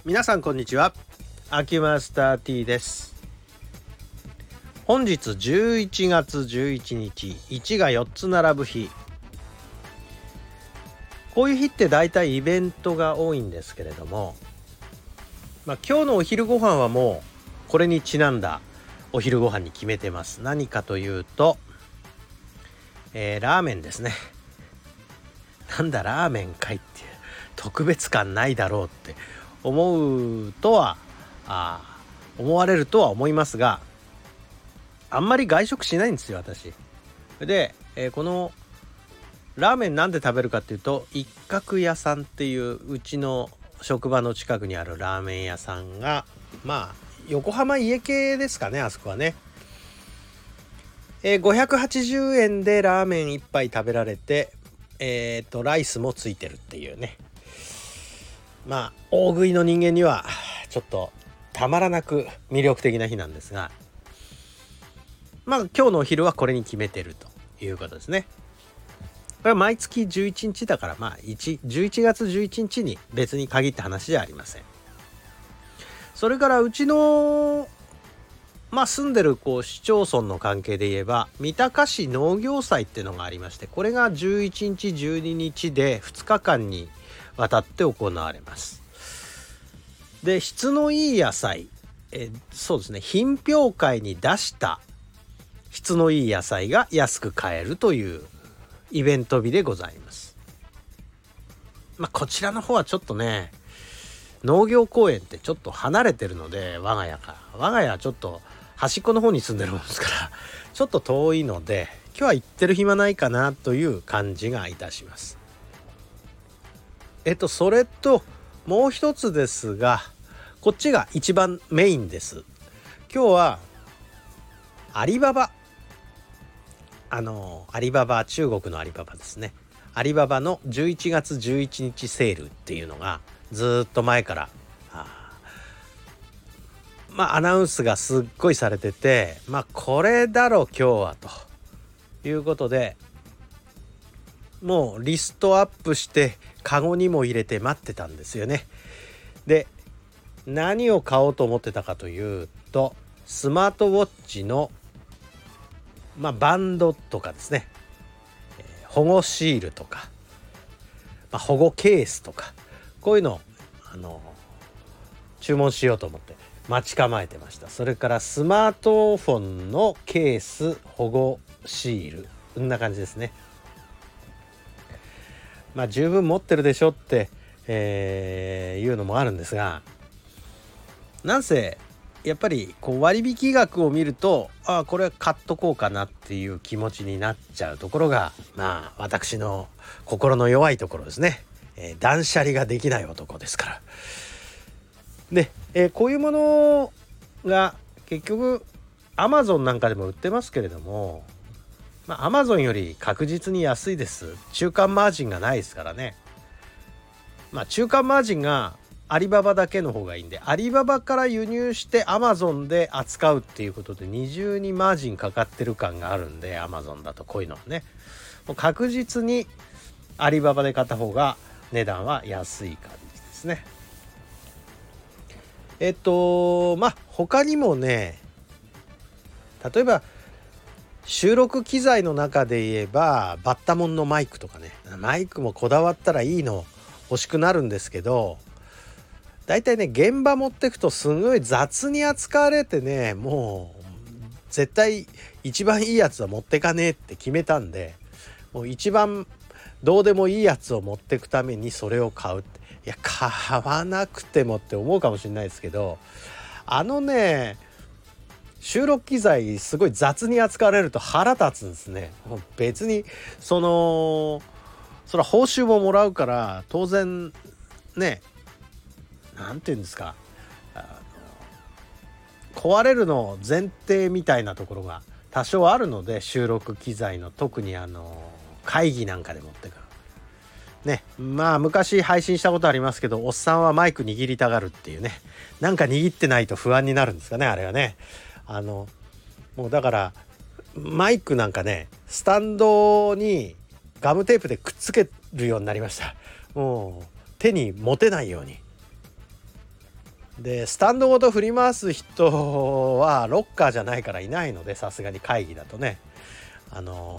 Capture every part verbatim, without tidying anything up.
皆さんこんにちは。アキュマスター T です。本日じゅういちがつじゅういちにち、いちがよっつ並ぶ日。こういう日ってだいたいイベントが多いんですけれども、まあ、今日のお昼ご飯はもうこれにちなんだお昼ご飯に決めてます。何かというと、えー、ラーメンですね。なんだラーメンかいっていう特別感ないだろうって思うとはあ思われるとは思いますが、あんまり外食しないんですよ私で、えー、このラーメンなんで食べるかっていうと、一角屋さんっていううちの職場の近くにあるラーメン屋さんが、まあ横浜家系ですかね、あそこはね、えー、ごひゃくはちじゅうえんでラーメン一杯食べられて、えーとライスもついてるっていうね、まあ大食いの人間にはちょっとたまらなく魅力的な日なんですが、まあ今日のお昼はこれに決めてるということですね。これは毎月じゅういちにちだから、まあじゅういちがつじゅういちにちに別に限った話じゃありません。それからうちのまあ住んでるこう市町村の関係で言えば、三鷹市農業祭っていうのがありまして、これがじゅういちにちじゅうににちでふつかかんにわたって行われます。で、質のいい野菜、えそうですね、品評会に出した質のいい野菜が安く買えるというイベント日でございます。まあこちらの方はちょっとね、農業公園ってちょっと離れてるので、我が家から我が家はちょっと端っこの方に住んでるもんですからちょっと遠いので、今日は行ってる暇ないかなという感じがいたします。えっとそれともう一つですが、こっちが一番メインです。今日はアリババ、あのアリババ、中国のアリババですね。アリババのじゅういちがつじゅういちにちセールっていうのがずっと前からあまあアナウンスがすっごいされてて、まあこれだろ今日はということで、もうリストアップしてカゴにも入れて待ってたんですよね。で、何を買おうと思ってたかというと、スマートウォッチの、まあ、バンドとかですね、えー、保護シールとか、まあ、保護ケースとか、こういうのをあの注文しようと思って待ち構えてました。それからスマートフォンのケース、保護シール、こんな感じですね。まあ十分持ってるでしょって、えー、いうのもあるんですが、なんせやっぱりこう割引額を見ると、ああこれ買っとこうかなっていう気持ちになっちゃうところが、まあ私の心の弱いところですね。えー、断捨離ができない男ですから。で、えー、こういうものが結局 Amazon なんかでも売ってますけれども、まあ Amazon より確実に安いです。中間マージンがないですからね。まあ中間マージンがアリババだけの方がいいんで、アリババから輸入してアマゾンで扱うっていうことで二重にマージンかかってる感があるんで、アマゾンだとこういうのはね、もう確実にアリババで買った方が値段は安い感じですね。えっとまあ他にもね、例えば収録機材の中で言えばバッタモンのマイクとかね、マイクもこだわったらいいの欲しくなるんですけど、だいたいね現場持ってくとすごい雑に扱われてね、もう絶対一番いいやつは持ってかねえって決めたんで、もう一番どうでもいいやつを持ってくためにそれを買うって、いや買わなくてもって思うかもしれないですけど、あのね収録機材すごい雑に扱われると腹立つんですね。もう別にそのそれは報酬ももらうから当然ね、なんていうんですか、壊れるの前提みたいなところが多少あるので、収録機材の特にあの会議なんかで持ってくるね。まあ昔配信したことありますけど、おっさんはマイク握りたがるっていうね、なんか握ってないと不安になるんですかね、あれはね。あのもうだからマイクなんかね、スタンドにガムテープでくっつけるようになりました。もう手に持てないように。 でスタンドごと振り回す人はロッカーじゃないからいないので、さすがに会議だとね、あの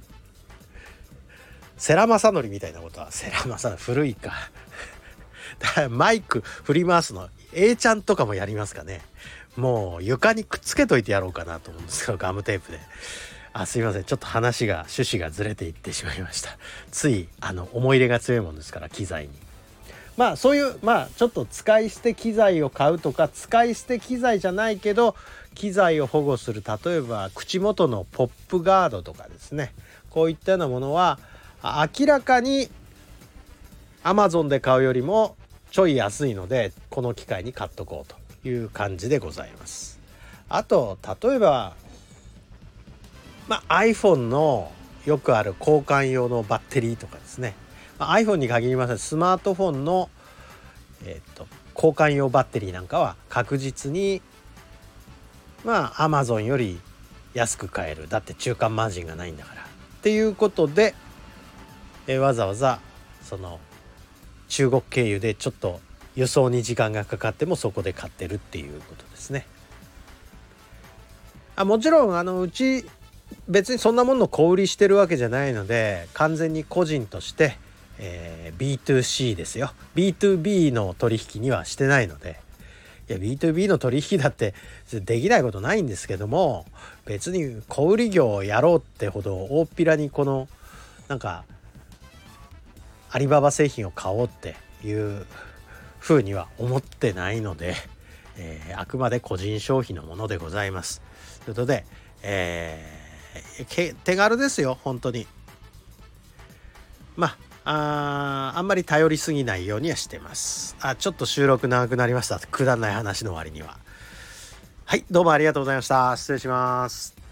世良正則みたいなことは、世良正則古いかだからマイク振り回すの A ちゃんとかもやりますかね。もう床にくっつけといてやろうかなと思うんですけど、ガムテープで。あ、すいません、ちょっと話が趣旨がずれていってしまいました。ついあの思い入れが強いもんですから、機材に。まあそういうまあちょっと使い捨て機材を買うとか、使い捨て機材じゃないけど機材を保護する、例えば口元のポップガードとかですね、こういったようなものは明らかに Amazon で買うよりもちょい安いので、この機会に買っとこうという感じでございます。あと例えば、まあ、iPhone のよくある交換用のバッテリーとかですね、まあ、iPhone に限りません、スマートフォンの、えー、と交換用バッテリーなんかは確実にまあ Amazon より安く買える。だって中間マージンがないんだからっていうことで、えー、わざわざその中国経由でちょっと輸送に時間がかかってもそこで買ってるっていうことですね。あ、もちろんあのうち別にそんなものを小売りしてるわけじゃないので、完全に個人として、えー、ビーツーシー ですよ。 ビーツービー の取引にはしてないので、いや ビーツービー の取引だってできないことないんですけども、別に小売業をやろうってほど大っぴらにこのなんかアリババ製品を買おうっていう風には思ってないので、えー、あくまで個人消費のものでございます。ということで、えー、手軽ですよ本当に。まあああんまり頼りすぎないようにはしてます。あ、ちょっと収録長くなりました。くだらない話の割には。はい、どうもありがとうございました。失礼します。